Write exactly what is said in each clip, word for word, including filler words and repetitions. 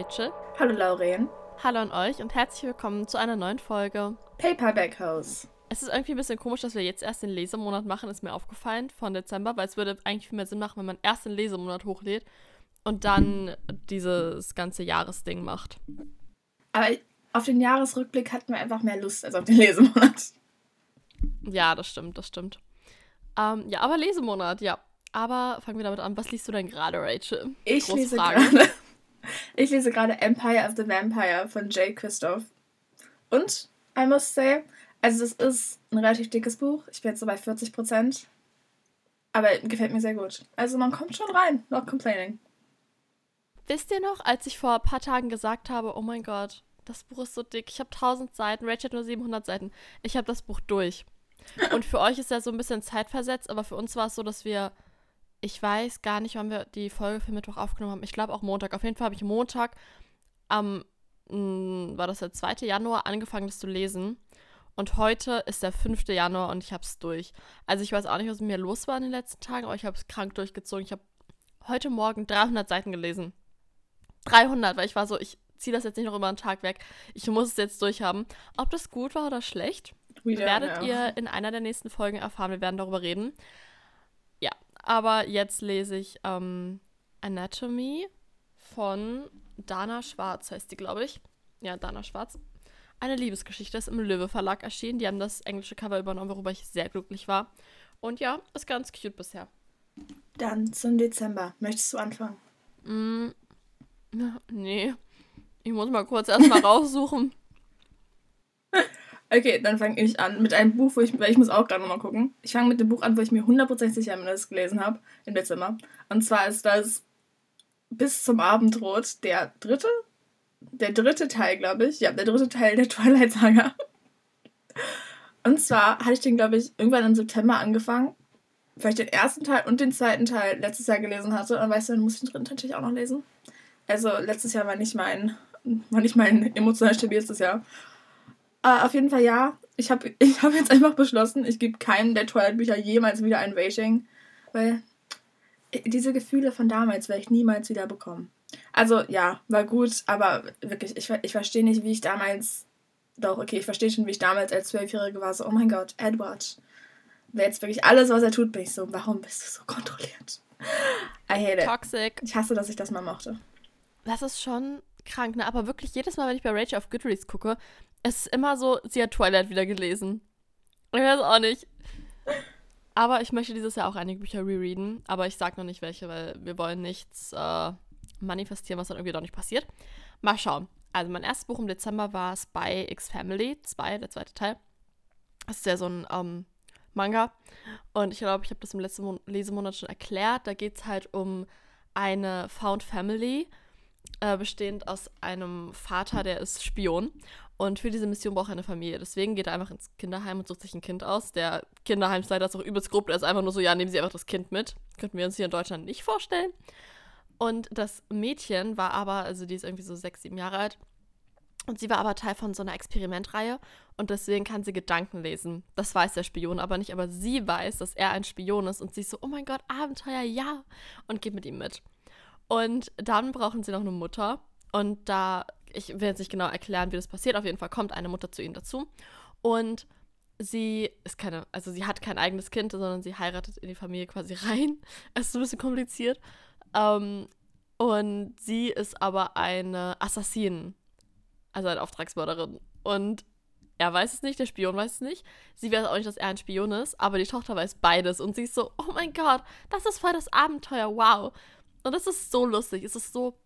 Rachel. Hallo Lauren. Hallo an euch und herzlich willkommen zu einer neuen Folge Paperback House. Es ist irgendwie ein bisschen komisch, dass wir jetzt erst den Lesemonat machen, ist mir aufgefallen, von Dezember, weil es würde eigentlich viel mehr Sinn machen, wenn man erst den Lesemonat hochlädt und dann dieses ganze Jahresding macht. Aber auf den Jahresrückblick hatten wir einfach mehr Lust als auf den Lesemonat. Ja, das stimmt, das stimmt. Ähm, ja, aber Lesemonat, ja. Aber fangen wir damit an. Was liest du denn gerade, Rachel? Ich Große lese Frage. gerade Ich lese gerade Empire of the Vampire von Jay Kristoff. Und, I must say, also es ist ein relativ dickes Buch. Ich bin jetzt so bei vierzig Prozent. Aber gefällt mir sehr gut. Also man kommt schon rein, not complaining. Wisst ihr noch, als ich vor ein paar Tagen gesagt habe, oh mein Gott, das Buch ist so dick, ich habe tausend Seiten, Rachel hat nur siebenhundert Seiten, ich habe das Buch durch. Und für euch ist ja so ein bisschen zeitversetzt, aber für uns war es so, dass wir, ich weiß gar nicht, wann wir die Folge für Mittwoch aufgenommen haben, ich glaube auch Montag. Auf jeden Fall habe ich Montag am, mh, war das der zweite Januar, angefangen, das zu lesen. Und heute ist der fünfte Januar und ich habe es durch. Also ich weiß auch nicht, was mit mir los war in den letzten Tagen, aber ich habe es krank durchgezogen. Ich habe heute Morgen dreihundert Seiten gelesen. dreihundert, weil ich war so, ich ziehe das jetzt nicht noch über einen Tag weg. Ich muss es jetzt durchhaben. Ob das gut war oder schlecht, We don't werdet know. ihr in einer der nächsten Folgen erfahren. Wir werden darüber reden. Ja, aber jetzt lese ich ähm, Anatomy von Dana Schwarz, heißt die, glaube ich. Ja, Dana Schwarz. Eine Liebesgeschichte, ist im Löwe Verlag erschienen. Die haben das englische Cover übernommen, worüber ich sehr glücklich war. Und ja, ist ganz cute bisher. Dann zum Dezember. Möchtest du anfangen? Mm, nee, ich muss mal kurz erstmal raussuchen. Okay, dann fange ich an mit einem Buch, wo ich, weil ich muss auch gerade nochmal gucken. Ich fange mit dem Buch an, wo ich mir hundertprozentig sicher bin, dass ich es gelesen habe, im Dezember. Und zwar ist das Bis zum Abendrot der dritte, der dritte Teil, glaube ich. Ja, der dritte Teil der Twilight Saga. Und zwar hatte ich den, glaube ich, irgendwann im September angefangen, weil ich den ersten Teil und den zweiten Teil letztes Jahr gelesen hatte. Und weißt du, dann muss ich den dritten Teil natürlich auch noch lesen. Also letztes Jahr war nicht mein, war nicht mein emotional stabilstes Jahr. Uh, auf jeden Fall ja. Ich habe ich hab jetzt einfach beschlossen, ich gebe keinem der Twilight-Bücher jemals wieder ein Rating, weil diese Gefühle von damals werde ich niemals wieder bekommen. Also ja, war gut, aber wirklich, ich, ich verstehe nicht, wie ich damals, doch, okay, ich verstehe schon, wie ich damals als Zwölfjährige war, so, oh mein Gott, Edward, wer jetzt wirklich alles, was er tut, bin ich so, warum bist du so kontrolliert? I hate it. Toxic. Ich hasse, dass ich das mal mochte. Das ist schon krank, ne? Aber wirklich jedes Mal, wenn ich bei Rachel auf Goodreads gucke, es ist immer so, sie hat Twilight wieder gelesen. Ich weiß auch nicht. Aber ich möchte dieses Jahr auch einige Bücher rereaden. Aber ich sag noch nicht welche, weil wir wollen nichts äh, manifestieren, was dann irgendwie doch nicht passiert. Mal schauen. Also mein erstes Buch im Dezember war Spy X Family zwei, der zweite Teil. Das ist ja so ein ähm, Manga. Und ich glaube, ich habe das im letzten Mon- Lesemonat schon erklärt. Da geht es halt um eine Found Family, äh, bestehend aus einem Vater, der ist Spion. Und für diese Mission braucht er eine Familie. Deswegen geht er einfach ins Kinderheim und sucht sich ein Kind aus. Der Kinderheimsleiter ist auch übelst grob. Er ist einfach nur so, ja, nehmen Sie einfach das Kind mit. Könnten wir uns hier in Deutschland nicht vorstellen. Und das Mädchen war aber, also die ist irgendwie so sechs, sieben Jahre alt. Und sie war aber Teil von so einer Experimentreihe. Und deswegen kann sie Gedanken lesen. Das weiß der Spion aber nicht. Aber sie weiß, dass er ein Spion ist. Und sie ist so, oh mein Gott, Abenteuer, ja. Und geht mit ihm mit. Und dann brauchen sie noch eine Mutter. Und da, ich will jetzt nicht genau erklären, wie das passiert. Auf jeden Fall kommt eine Mutter zu ihnen dazu. Und sie ist keine, also sie hat kein eigenes Kind, sondern sie heiratet in die Familie quasi rein. Es ist ein bisschen kompliziert. Ähm, und sie ist aber eine Assassinin. Also eine Auftragsmörderin. Und er weiß es nicht, der Spion weiß es nicht. Sie weiß auch nicht, dass er ein Spion ist. Aber die Tochter weiß beides. Und sie ist so, oh mein Gott, das ist voll das Abenteuer, wow. Und es ist so lustig, es ist so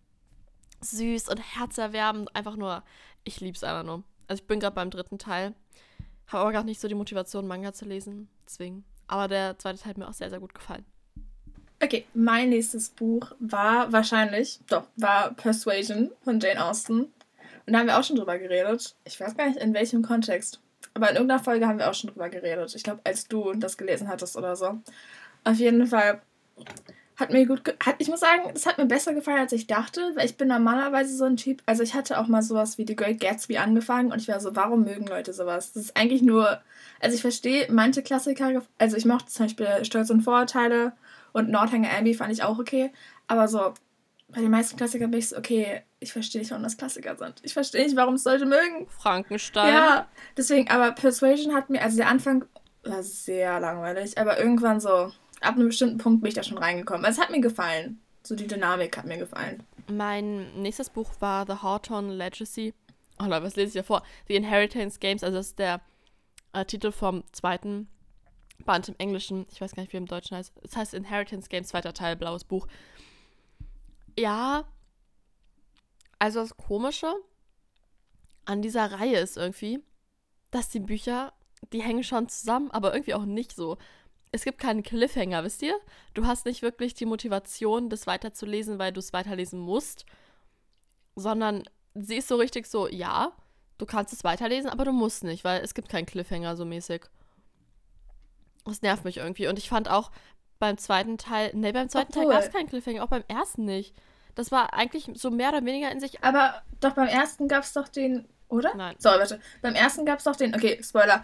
süß und herzerwärmend, einfach nur, ich lieb's einfach nur. Also ich bin gerade beim dritten Teil, habe aber gar nicht so die Motivation, Manga zu lesen, deswegen. Aber der zweite Teil hat mir auch sehr, sehr gut gefallen. Okay, mein nächstes Buch war wahrscheinlich, doch, war Persuasion von Jane Austen. Und da haben wir auch schon drüber geredet. Ich weiß gar nicht, in welchem Kontext. Aber in irgendeiner Folge haben wir auch schon drüber geredet. Ich glaube, als du das gelesen hattest oder so. Auf jeden Fall hat mir gut, ge- hat, ich muss sagen, es hat mir besser gefallen, als ich dachte, weil ich bin normalerweise so ein Typ, also ich hatte auch mal sowas wie The Great Gatsby angefangen und ich war so, warum mögen Leute sowas? Das ist eigentlich nur, also ich verstehe manche Klassiker, also ich mochte zum Beispiel Stolz und Vorurteile und Northanger Abbey fand ich auch okay, aber so bei den meisten Klassikern bin ich so, okay, ich verstehe nicht, warum das Klassiker sind. Ich verstehe nicht, warum es Leute mögen. Frankenstein. Ja, deswegen, aber Persuasion hat mir, also der Anfang war sehr langweilig, aber irgendwann so, ab einem bestimmten Punkt bin ich da schon reingekommen. Also es hat mir gefallen. So die Dynamik hat mir gefallen. Mein nächstes Buch war The Hawthorne Legacy. Oh Leute, was lese ich da vor? The Inheritance Games, also das ist der äh, Titel vom zweiten Band im Englischen. Ich weiß gar nicht, wie im Deutschen heißt. Es heißt Inheritance Games, zweiter Teil, blaues Buch. Ja, also das Komische an dieser Reihe ist irgendwie, dass die Bücher, die hängen schon zusammen, aber irgendwie auch nicht so. Es gibt keinen Cliffhanger, wisst ihr? Du hast nicht wirklich die Motivation, das weiterzulesen, weil du es weiterlesen musst, sondern sie ist so richtig so, ja, du kannst es weiterlesen, aber du musst nicht, weil es gibt keinen Cliffhanger so mäßig. Das nervt mich irgendwie. Und ich fand auch beim zweiten Teil, nee, beim zweiten Teil Obwohl. gab es keinen Cliffhanger, auch beim ersten nicht. Das war eigentlich so mehr oder weniger in sich. Aber doch beim ersten gab es doch den, oder? Nein. Sorry, warte. Beim ersten gab es doch den, okay, Spoiler.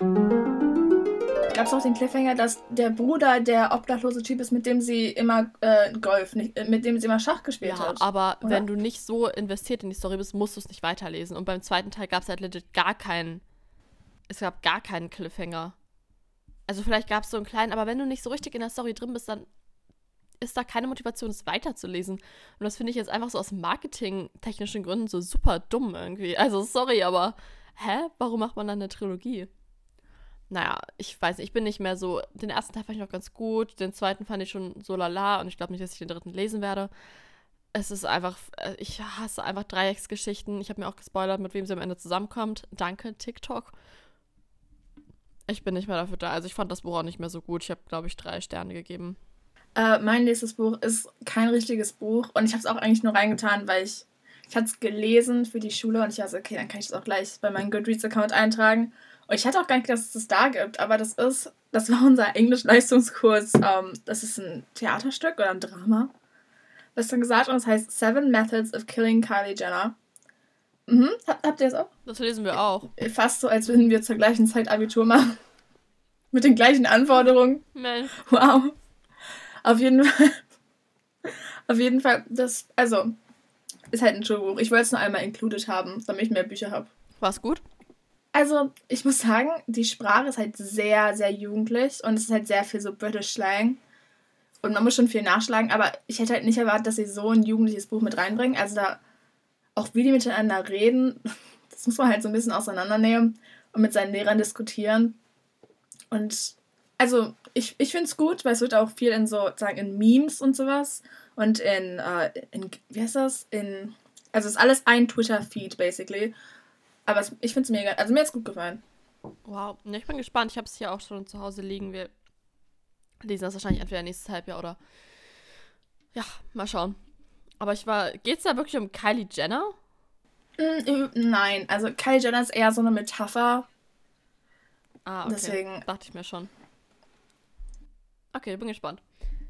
Gab es doch den Cliffhanger, dass der Bruder der obdachlose Typ ist, mit dem sie immer äh, Golf, nicht, äh, mit dem sie immer Schach gespielt Ja, hat. aber oder? wenn du nicht so investiert in die Story bist, musst du es nicht weiterlesen. Und beim zweiten Teil gab es halt legit gar keinen. Es gab gar keinen Cliffhanger. Also vielleicht gab es so einen kleinen, aber wenn du nicht so richtig in der Story drin bist, dann ist da keine Motivation, es weiterzulesen. Und das finde ich jetzt einfach so aus marketingtechnischen Gründen so super dumm irgendwie. Also sorry, aber hä? Warum macht man dann eine Trilogie? Naja, ich weiß nicht, ich bin nicht mehr so. Den ersten Teil fand ich noch ganz gut, den zweiten fand ich schon so lala und ich glaube nicht, dass ich den dritten lesen werde. Es ist einfach, äh, ich hasse einfach Dreiecksgeschichten. Ich habe mir auch gespoilert, mit wem sie am Ende zusammenkommt. Danke, TikTok. Ich bin nicht mehr dafür da. Also ich fand das Buch auch nicht mehr so gut. Ich habe, glaube ich, drei Sterne gegeben. Äh, mein nächstes Buch ist kein richtiges Buch und ich habe es auch eigentlich nur reingetan, weil ich ich hatte es gelesen für die Schule und ich dachte, okay, dann kann ich es auch gleich bei meinem Goodreads-Account eintragen. Und ich hatte auch gar nicht gedacht, dass es das da gibt, aber das ist, das war unser Englisch-Leistungskurs. Ähm, das ist ein Theaterstück oder ein Drama, besser gesagt, und es heißt Seven Methods of Killing Kylie Jenner. Mhm, Hab, habt ihr das auch? Das lesen wir auch. Fast so, als würden wir zur gleichen Zeit Abitur machen. Mit den gleichen Anforderungen. Mensch. Wow. Auf jeden Fall. Auf jeden Fall, das, also, ist halt ein Schulbuch. Ich wollte es nur einmal included haben, damit ich mehr Bücher habe. War's gut? Also, ich muss sagen, die Sprache ist halt sehr, sehr jugendlich und es ist halt sehr viel so British Slang. Und man muss schon viel nachschlagen, aber ich hätte halt nicht erwartet, dass sie so ein jugendliches Buch mit reinbringen. Also da, auch wie die miteinander reden, das muss man halt so ein bisschen auseinandernehmen und mit seinen Lehrern diskutieren. Und also, ich, ich finde es gut, weil es wird auch viel in so, sagen, in Memes und sowas und in, äh, in wie heißt das? In, also es ist alles ein Twitter-Feed, basically. Aber es, ich finde es mega, also mir hat es gut gefallen. Wow. Ja, ich bin gespannt. Ich habe es hier auch schon zu Hause liegen. Wir lesen das wahrscheinlich entweder nächstes Halbjahr oder ja, mal schauen. Aber ich war, geht's da wirklich um Kylie Jenner? Mm, nein, also Kylie Jenner ist eher so eine Metapher. Ah, okay. Deswegen. Dachte ich mir schon. Okay, bin gespannt.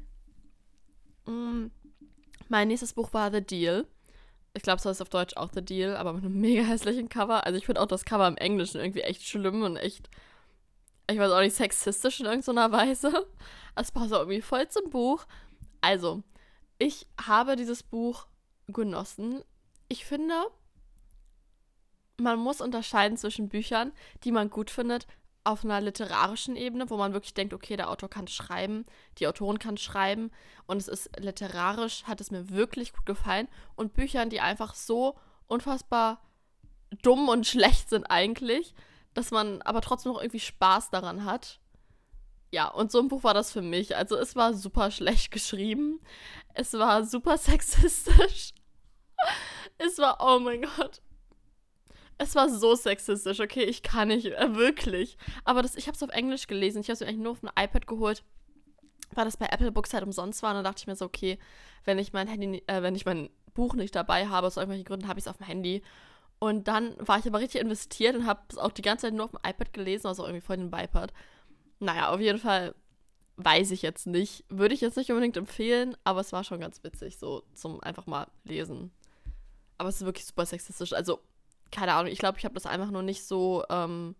Mm, mein nächstes Buch war The Deal. Ich glaube, es heißt auf Deutsch auch The Deal, aber mit einem mega hässlichen Cover. Also ich finde auch das Cover im Englischen irgendwie echt schlimm und echt, ich weiß auch nicht, sexistisch in irgendeiner Weise. Es passt auch irgendwie voll zum Buch. Also, ich habe dieses Buch genossen. Ich finde, man muss unterscheiden zwischen Büchern, die man gut findet, auf einer literarischen Ebene, wo man wirklich denkt, okay, der Autor kann schreiben, die Autorin kann schreiben und es ist literarisch, hat es mir wirklich gut gefallen. Und Büchern, die einfach so unfassbar dumm und schlecht sind eigentlich, dass man aber trotzdem noch irgendwie Spaß daran hat. Ja, und so ein Buch war das für mich. Also es war super schlecht geschrieben. Es war super sexistisch. Es war, oh mein Gott. Es war so sexistisch, okay, ich kann nicht, äh, wirklich. Aber das, ich habe es auf Englisch gelesen. Ich habe es mir eigentlich nur auf ein iPad geholt, weil das bei Apple Books halt umsonst war. Und dann dachte ich mir so, okay, wenn ich mein Handy, äh, wenn ich mein Buch nicht dabei habe, aus irgendwelchen Gründen habe ich es auf dem Handy. Und dann war ich aber richtig investiert und habe es auch die ganze Zeit nur auf dem iPad gelesen, also irgendwie voll den Vibe hat. Naja, auf jeden Fall weiß ich jetzt nicht. Würde ich jetzt nicht unbedingt empfehlen, aber es war schon ganz witzig, so zum einfach mal lesen. Aber es ist wirklich super sexistisch. Also, keine Ahnung, ich glaube, ich habe das einfach nur nicht so, ähm,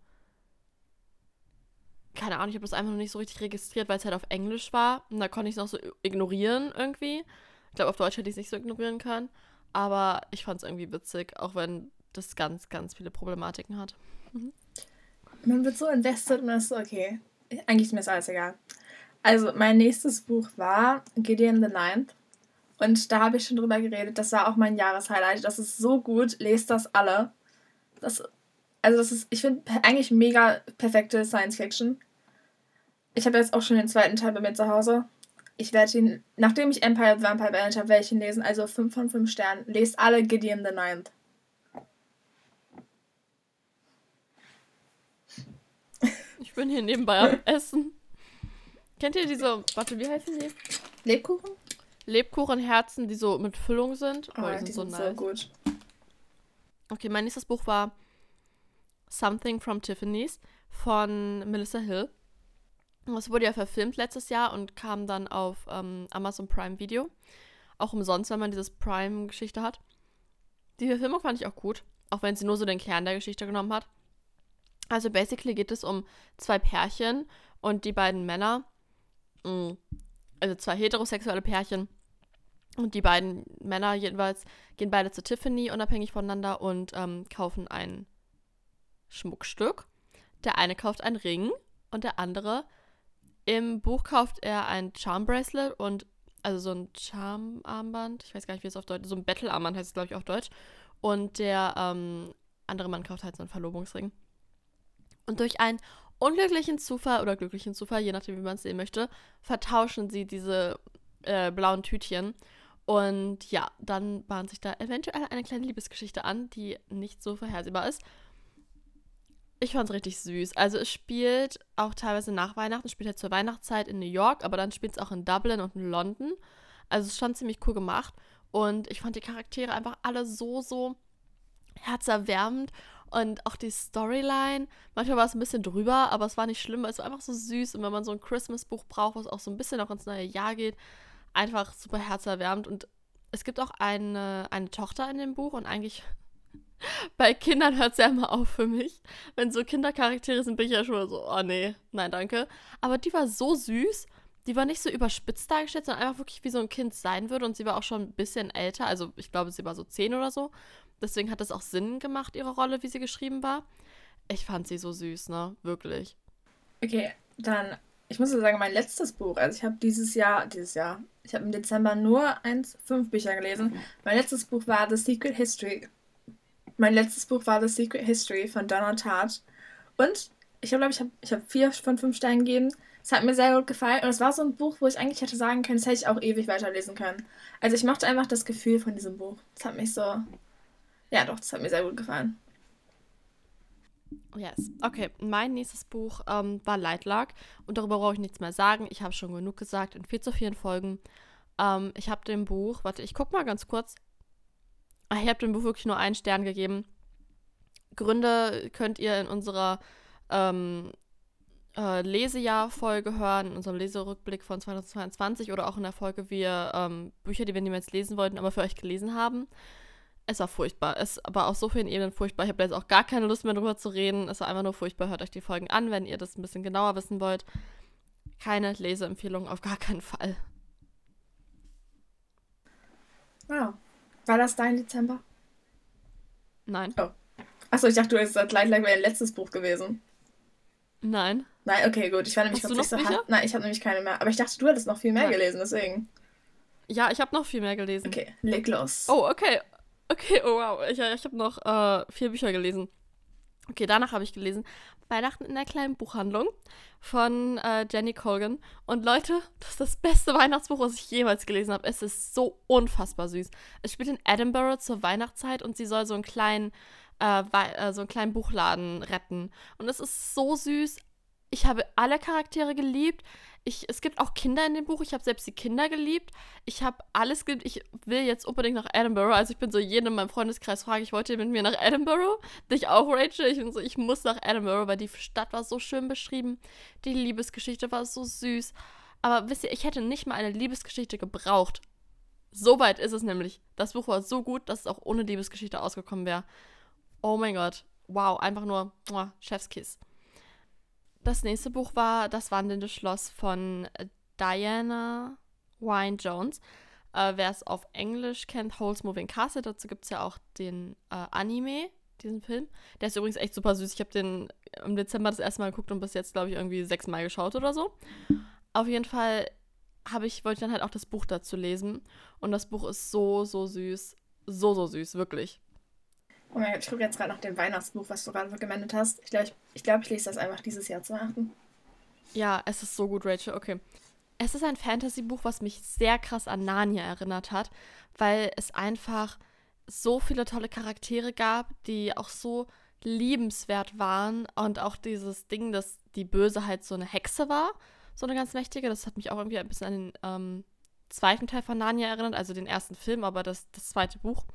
keine Ahnung, ich habe das einfach nur nicht so richtig registriert, weil es halt auf Englisch war. Und da konnte ich es noch so ignorieren irgendwie. Ich glaube, auf Deutsch hätte ich es nicht so ignorieren können. Aber ich fand es irgendwie witzig, auch wenn das ganz, ganz viele Problematiken hat. Mhm. Man wird so invested und man ist so, okay, eigentlich ist mir das alles egal. Also, mein nächstes Buch war Gideon the Ninth. Und da habe ich schon drüber geredet. Das war auch mein Jahreshighlight. Das ist so gut. Lest das alle. Das, also, das ist, ich finde, eigentlich mega perfekte Science Fiction. Ich habe jetzt auch schon den zweiten Teil bei mir zu Hause. Ich werde ihn, nachdem ich Empire of the Vampire beendet habe, werde ich ihn lesen. Also fünf von fünf Sternen. Lest alle Gideon the Ninth. Ich bin hier nebenbei am Essen. Kennt ihr diese, warte, wie heißen die? Lebkuchen? Lebkuchenherzen, die so mit Füllung sind. Oh, Oh, die die sind so sind nice. so gut. Okay, mein nächstes Buch war Something from Tiffany's von Melissa Hill. Das wurde ja verfilmt letztes Jahr und kam dann auf ähm, Amazon Prime Video. Auch umsonst, wenn man dieses Prime-Geschichte hat. Die Verfilmung fand ich auch gut, auch wenn sie nur so den Kern der Geschichte genommen hat. Also basically geht es um zwei Pärchen und die beiden Männer, mh, also zwei heterosexuelle Pärchen und die beiden Männer jedenfalls gehen beide zu Tiffany unabhängig voneinander und ähm, kaufen ein Schmuckstück. Der eine kauft einen Ring und der andere, im Buch kauft er ein Charm-Bracelet und also so ein Charm-Armband, ich weiß gar nicht, wie es auf Deutsch, so ein Bettelarmband heißt es, glaube ich, auf Deutsch. Und der ähm, andere Mann kauft halt so einen Verlobungsring. Und durch einen unglücklichen Zufall oder glücklichen Zufall, je nachdem, wie man es sehen möchte, vertauschen sie diese äh, blauen Tütchen. Und ja, dann bahnt sich da eventuell eine kleine Liebesgeschichte an, die nicht so vorhersehbar ist. Ich fand es richtig süß. Also es spielt auch teilweise nach Weihnachten, spielt halt zur Weihnachtszeit in New York, aber dann spielt es auch in Dublin und in London. Also es ist schon ziemlich cool gemacht. Und ich fand die Charaktere einfach alle so, so herzerwärmend. Und auch die Storyline, manchmal war es ein bisschen drüber, aber es war nicht schlimm, es war einfach so süß. Und wenn man so ein Christmas-Buch braucht, was auch so ein bisschen auch ins neue Jahr geht, einfach super herzerwärmend. Und es gibt auch eine, eine Tochter in dem Buch und eigentlich bei Kindern hört es ja immer auf für mich. Wenn so Kindercharaktere sind, bin ich ja schon so, oh nee, nein, danke. Aber die war so süß, die war nicht so überspitzt dargestellt, sondern einfach wirklich wie so ein Kind sein würde. Und sie war auch schon ein bisschen älter, also ich glaube, sie war so zehn oder so. Deswegen hat es auch Sinn gemacht, ihre Rolle, wie sie geschrieben war. Ich fand sie so süß, ne? Wirklich. Okay, dann, ich muss ja sagen, mein letztes Buch, also ich habe dieses Jahr, dieses Jahr, ich habe im Dezember nur eins, fünf Bücher gelesen. Mein letztes Buch war The Secret History. Mein letztes Buch war The Secret History von Donna Tartt. Und ich glaube, ich habe ich hab vier von fünf Sternen gegeben. Es hat mir sehr gut gefallen. Und es war so ein Buch, wo ich eigentlich hätte sagen können, das hätte ich auch ewig weiterlesen können. Also ich mochte einfach das Gefühl von diesem Buch. Das hat mich so... Ja, doch, das hat mir sehr gut gefallen. Yes. Okay, mein nächstes Buch ähm, war Lightlark. Und darüber brauche ich nichts mehr sagen. Ich habe schon genug gesagt in viel zu vielen Folgen. Ähm, ich habe dem Buch... Warte, ich guck mal ganz kurz. Ich habe dem Buch wirklich nur einen Stern gegeben. Gründe könnt ihr in unserer ähm, äh, Lesejahr-Folge hören, in unserem Leserückblick von zweitausendzweiundzwanzig oder auch in der Folge, wie wir ähm, Bücher, die wir niemals lesen wollten, aber für euch gelesen haben. Es war furchtbar. Es war auf so vielen Ebenen furchtbar. Ich habe jetzt auch gar keine Lust mehr drüber zu reden. Es war einfach nur furchtbar. Hört euch die Folgen an, wenn ihr das ein bisschen genauer wissen wollt. Keine Leseempfehlung, auf gar keinen Fall. Wow. War das dein Dezember? Nein. Oh. Achso, ich dachte, du hättest das Lightlark wäre dein letztes Buch gewesen. Nein. Nein, okay, gut. Ich war nämlich Hast du kurz noch nicht so Bücher? hart. Nein, ich habe nämlich keine mehr. Aber ich dachte, du hättest noch viel mehr Nein. gelesen, deswegen. Ja, ich habe noch viel mehr gelesen. Okay, leg los. Oh, okay. Okay, oh wow. Ich, ich habe noch äh, vier Bücher gelesen. Okay, danach habe ich gelesen Weihnachten in der kleinen Buchhandlung von äh, Jenny Colgan. Und Leute, das ist das beste Weihnachtsbuch, was ich jemals gelesen habe. Es ist so unfassbar süß. Es spielt in Edinburgh zur Weihnachtszeit und sie soll so einen kleinen, äh, äh, so einen kleinen Buchladen retten. Und es ist so süß. Ich habe alle Charaktere geliebt. Ich, es gibt auch Kinder in dem Buch. Ich habe selbst die Kinder geliebt. Ich habe alles geliebt. Ich will jetzt unbedingt nach Edinburgh. Also ich bin so jeden in meinem Freundeskreis frage, ich wollte mit mir nach Edinburgh. Dich auch, Rachel. Ich bin so, ich muss nach Edinburgh, weil die Stadt war so schön beschrieben. Die Liebesgeschichte war so süß. Aber wisst ihr, ich hätte nicht mal eine Liebesgeschichte gebraucht. So weit ist es nämlich. Das Buch war so gut, dass es auch ohne Liebesgeschichte ausgekommen wäre. Oh mein Gott. Wow, einfach nur muah, Chefskiss. Das nächste Buch war Das wandelnde Schloss von Diana Wynne Jones. Äh, Wer es auf Englisch kennt, Howl's Moving Castle, dazu gibt es ja auch den äh, Anime, diesen Film. Der ist übrigens echt super süß. Ich habe den im Dezember das erste Mal geguckt und bis jetzt, glaube ich, irgendwie sechsmal geschaut oder so. Auf jeden Fall habe ich, wollte ich dann halt auch das Buch dazu lesen. Und das Buch ist so, so süß. So, so süß, wirklich. Oh mein Gott, ich gucke jetzt gerade nach dem Weihnachtsbuch, was du gerade recommended hast. Ich glaube, ich, ich, glaub, ich lese das einfach dieses Jahr zu Weihnachten. Ja, es ist so gut, Rachel. Okay. Es ist ein Fantasy-Buch, was mich sehr krass an Narnia erinnert hat, weil es einfach so viele tolle Charaktere gab, die auch so liebenswert waren und auch dieses Ding, dass die Böse halt so eine Hexe war, so eine ganz mächtige. Das hat mich auch irgendwie ein bisschen an den ähm, zweiten Teil von Narnia erinnert, also den ersten Film, aber das, das zweite Buch.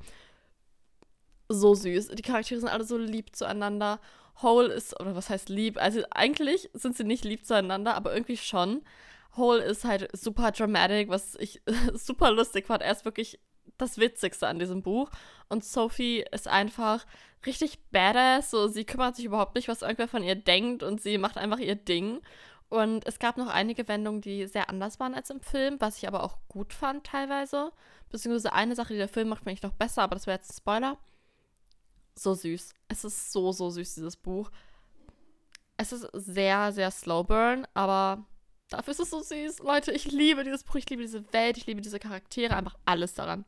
So süß. Die Charaktere sind alle so lieb zueinander. Howl ist, oder was heißt lieb? Also eigentlich sind sie nicht lieb zueinander, aber irgendwie schon. Howl ist halt super dramatic, was ich super lustig fand. Er ist wirklich das Witzigste an diesem Buch. Und Sophie ist einfach richtig badass. So, sie kümmert sich überhaupt nicht, was irgendwer von ihr denkt und sie macht einfach ihr Ding. Und es gab noch einige Wendungen, die sehr anders waren als im Film, was ich aber auch gut fand teilweise. Beziehungsweise eine Sache, die der Film macht, finde ich noch besser, aber das wäre jetzt ein Spoiler. So süß. Es ist so, so süß, dieses Buch. Es ist sehr, sehr slow burn, aber dafür ist es so süß. Leute, ich liebe dieses Buch, ich liebe diese Welt, ich liebe diese Charaktere, einfach alles daran.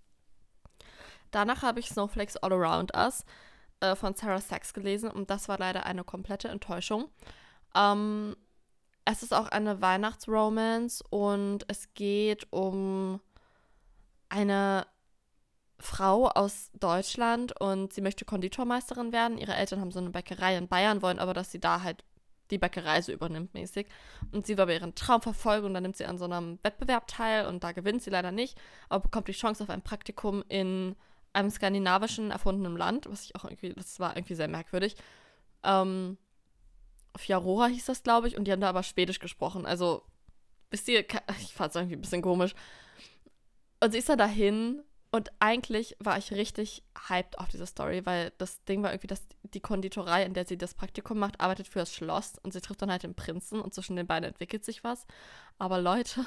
Danach habe ich Snowflakes All Around Us äh, von Sarah Sachs gelesen und das war leider eine komplette Enttäuschung. Ähm, es ist auch eine Weihnachtsromance und es geht um eine Frau aus Deutschland und sie möchte Konditormeisterin werden. Ihre Eltern haben so eine Bäckerei in Bayern, wollen aber, dass sie da halt die Bäckerei so übernimmt mäßig. Und sie will aber ihren Traum verfolgen und dann nimmt sie an so einem Wettbewerb teil und da gewinnt sie leider nicht, aber bekommt die Chance auf ein Praktikum in einem skandinavischen erfundenen Land, was ich auch irgendwie, das war irgendwie sehr merkwürdig. Ähm, Fjärora hieß das, glaube ich, und die haben da aber Schwedisch gesprochen. Also, wisst ihr, ich fand es irgendwie ein bisschen komisch. Und sie ist dann dahin. Und eigentlich war ich richtig hyped auf diese Story, weil das Ding war irgendwie, dass die Konditorei, in der sie das Praktikum macht, arbeitet für das Schloss und sie trifft dann halt den Prinzen und zwischen den beiden entwickelt sich was. Aber Leute,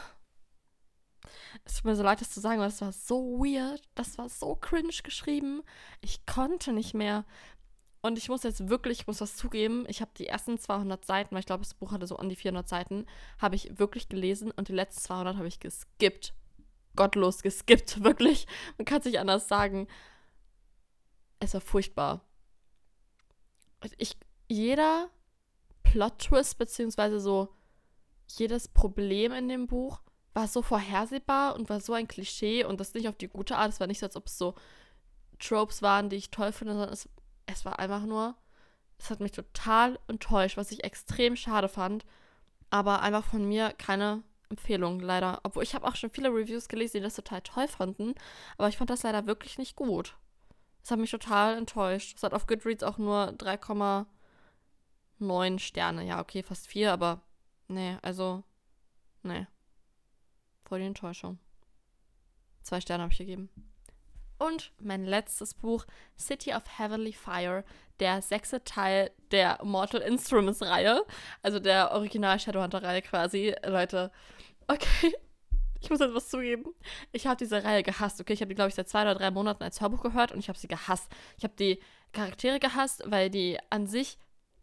es tut mir so leid, das zu sagen, aber das war so weird, das war so cringe geschrieben. Ich konnte nicht mehr. Und ich muss jetzt wirklich, ich muss was zugeben, ich habe die ersten zweihundert Seiten, weil ich glaube, das Buch hatte so an die vierhundert Seiten, habe ich wirklich gelesen und die letzten zweihundert habe ich geskippt. Gottlos geskippt, wirklich. Man kann es nicht anders sagen. Es war furchtbar. Ich, jeder Plot-Twist, beziehungsweise so jedes Problem in dem Buch war so vorhersehbar und war so ein Klischee und das nicht auf die gute Art. Es war nicht so, als ob es so Tropes waren, die ich toll finde, sondern es, es war einfach nur, es hat mich total enttäuscht, was ich extrem schade fand, aber einfach von mir keine Empfehlung, leider. Obwohl, ich habe auch schon viele Reviews gelesen, die das total toll fanden, aber ich fand das leider wirklich nicht gut. Das hat mich total enttäuscht. Es hat auf Goodreads auch nur drei Komma neun Sterne. Ja, okay, fast vier, aber nee, also, nee. Voll die Enttäuschung. Zwei Sterne habe ich gegeben. Und mein letztes Buch, City of Heavenly Fire, der sechste Teil der Mortal Instruments-Reihe, also der Original-Shadowhunter-Reihe quasi. Leute, okay, ich muss jetzt was zugeben. Ich habe diese Reihe gehasst, okay? Ich habe die, glaube ich, seit zwei oder drei Monaten als Hörbuch gehört und ich habe sie gehasst. Ich habe die Charaktere gehasst, weil die an sich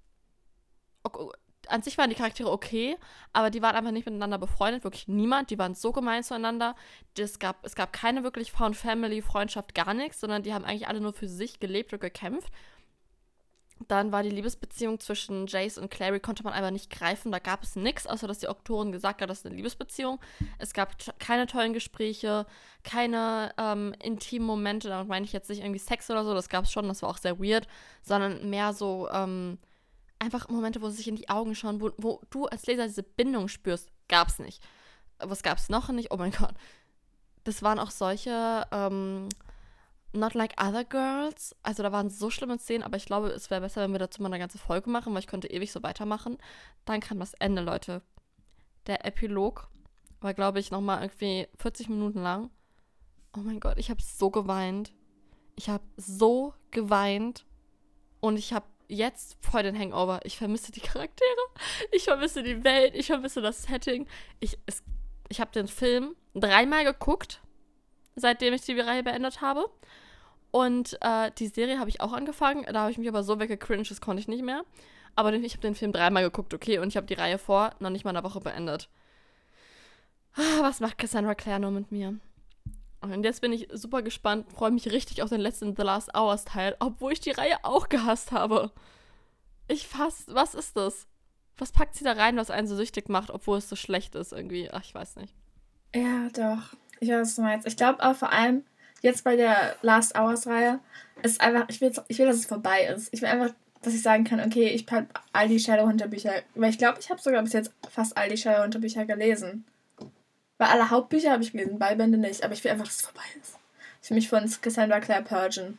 an sich waren die Charaktere okay, aber die waren einfach nicht miteinander befreundet, wirklich niemand. Die waren so gemein zueinander. Es gab, es gab keine wirklich Found Family, Freundschaft, gar nichts, sondern die haben eigentlich alle nur für sich gelebt und gekämpft. Dann war die Liebesbeziehung zwischen Jace und Clary, konnte man einfach nicht greifen. Da gab es nichts, außer dass die Autorin gesagt hat, das ist eine Liebesbeziehung. Es gab t- keine tollen Gespräche, keine ähm, intimen Momente, damit meine ich jetzt nicht irgendwie Sex oder so, das gab es schon, das war auch sehr weird, sondern mehr so, ähm, einfach Momente, wo sie sich in die Augen schauen, wo, wo du als Leser diese Bindung spürst, gab's nicht. Was gab's noch nicht? Oh mein Gott. Das waren auch solche, ähm, Not Like Other Girls. Also da waren so schlimme Szenen, aber ich glaube, es wäre besser, wenn wir dazu mal eine ganze Folge machen, weil ich könnte ewig so weitermachen. Dann kam das Ende, Leute. Der Epilog war, glaube ich, nochmal irgendwie vierzig Minuten lang. Oh mein Gott, ich habe so geweint. Ich habe so geweint. Und ich habe jetzt voll den Hangover. Ich vermisse die Charaktere. Ich vermisse die Welt. Ich vermisse das Setting. Ich, ich habe den Film dreimal geguckt. seitdem ich die Reihe beendet habe. Und äh, die Serie habe ich auch angefangen. Da habe ich mich aber so weggecringed, das konnte ich nicht mehr. Aber ich habe den Film dreimal geguckt, okay, und ich habe die Reihe vor noch nicht mal eine Woche beendet. Was macht Cassandra Clare nur mit mir? Und jetzt bin ich super gespannt, freue mich richtig auf den letzten The Last Hours Teil, obwohl ich die Reihe auch gehasst habe. Ich fass, was ist das? Was packt sie da rein, was einen so süchtig macht, obwohl es so schlecht ist irgendwie? Ach, ich weiß nicht. Ja, doch. Ich weiß, was du meinst. Ich glaube aber vor allem jetzt bei der Last Hours Reihe ist einfach, ich will, ich will, dass es vorbei ist. Ich will einfach, dass ich sagen kann, okay, ich habe all die Shadowhunter-Bücher, weil ich glaube, ich habe sogar bis jetzt fast all die Shadowhunter-Bücher gelesen. Weil alle Hauptbücher habe ich gelesen, Beibände nicht, aber ich will einfach, dass es vorbei ist. Ich will mich von Cassandra Clare purgen.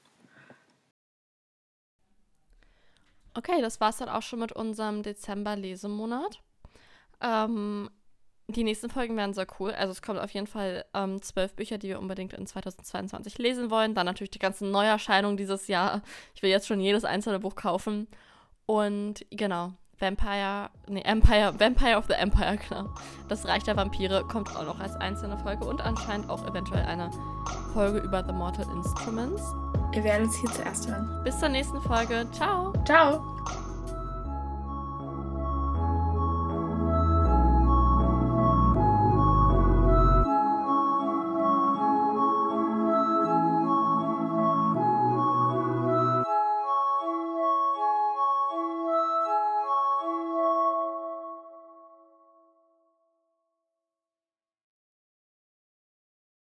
Okay, das war's dann auch schon mit unserem Dezember-Lesemonat. Ähm, die nächsten Folgen werden sehr cool. Also es kommt auf jeden Fall ähm, zwölf Bücher, die wir unbedingt in zweitausendzweiundzwanzig lesen wollen. Dann natürlich die ganzen Neuerscheinungen dieses Jahr. Ich will jetzt schon jedes einzelne Buch kaufen. Und genau, Vampire, nee, Empire, Vampire of the Empire, genau. Das Reich der Vampire kommt auch noch als einzelne Folge und anscheinend auch eventuell eine Folge über The Mortal Instruments. Ihr werdet es hier zuerst hören. Bis zur nächsten Folge. Ciao. Ciao.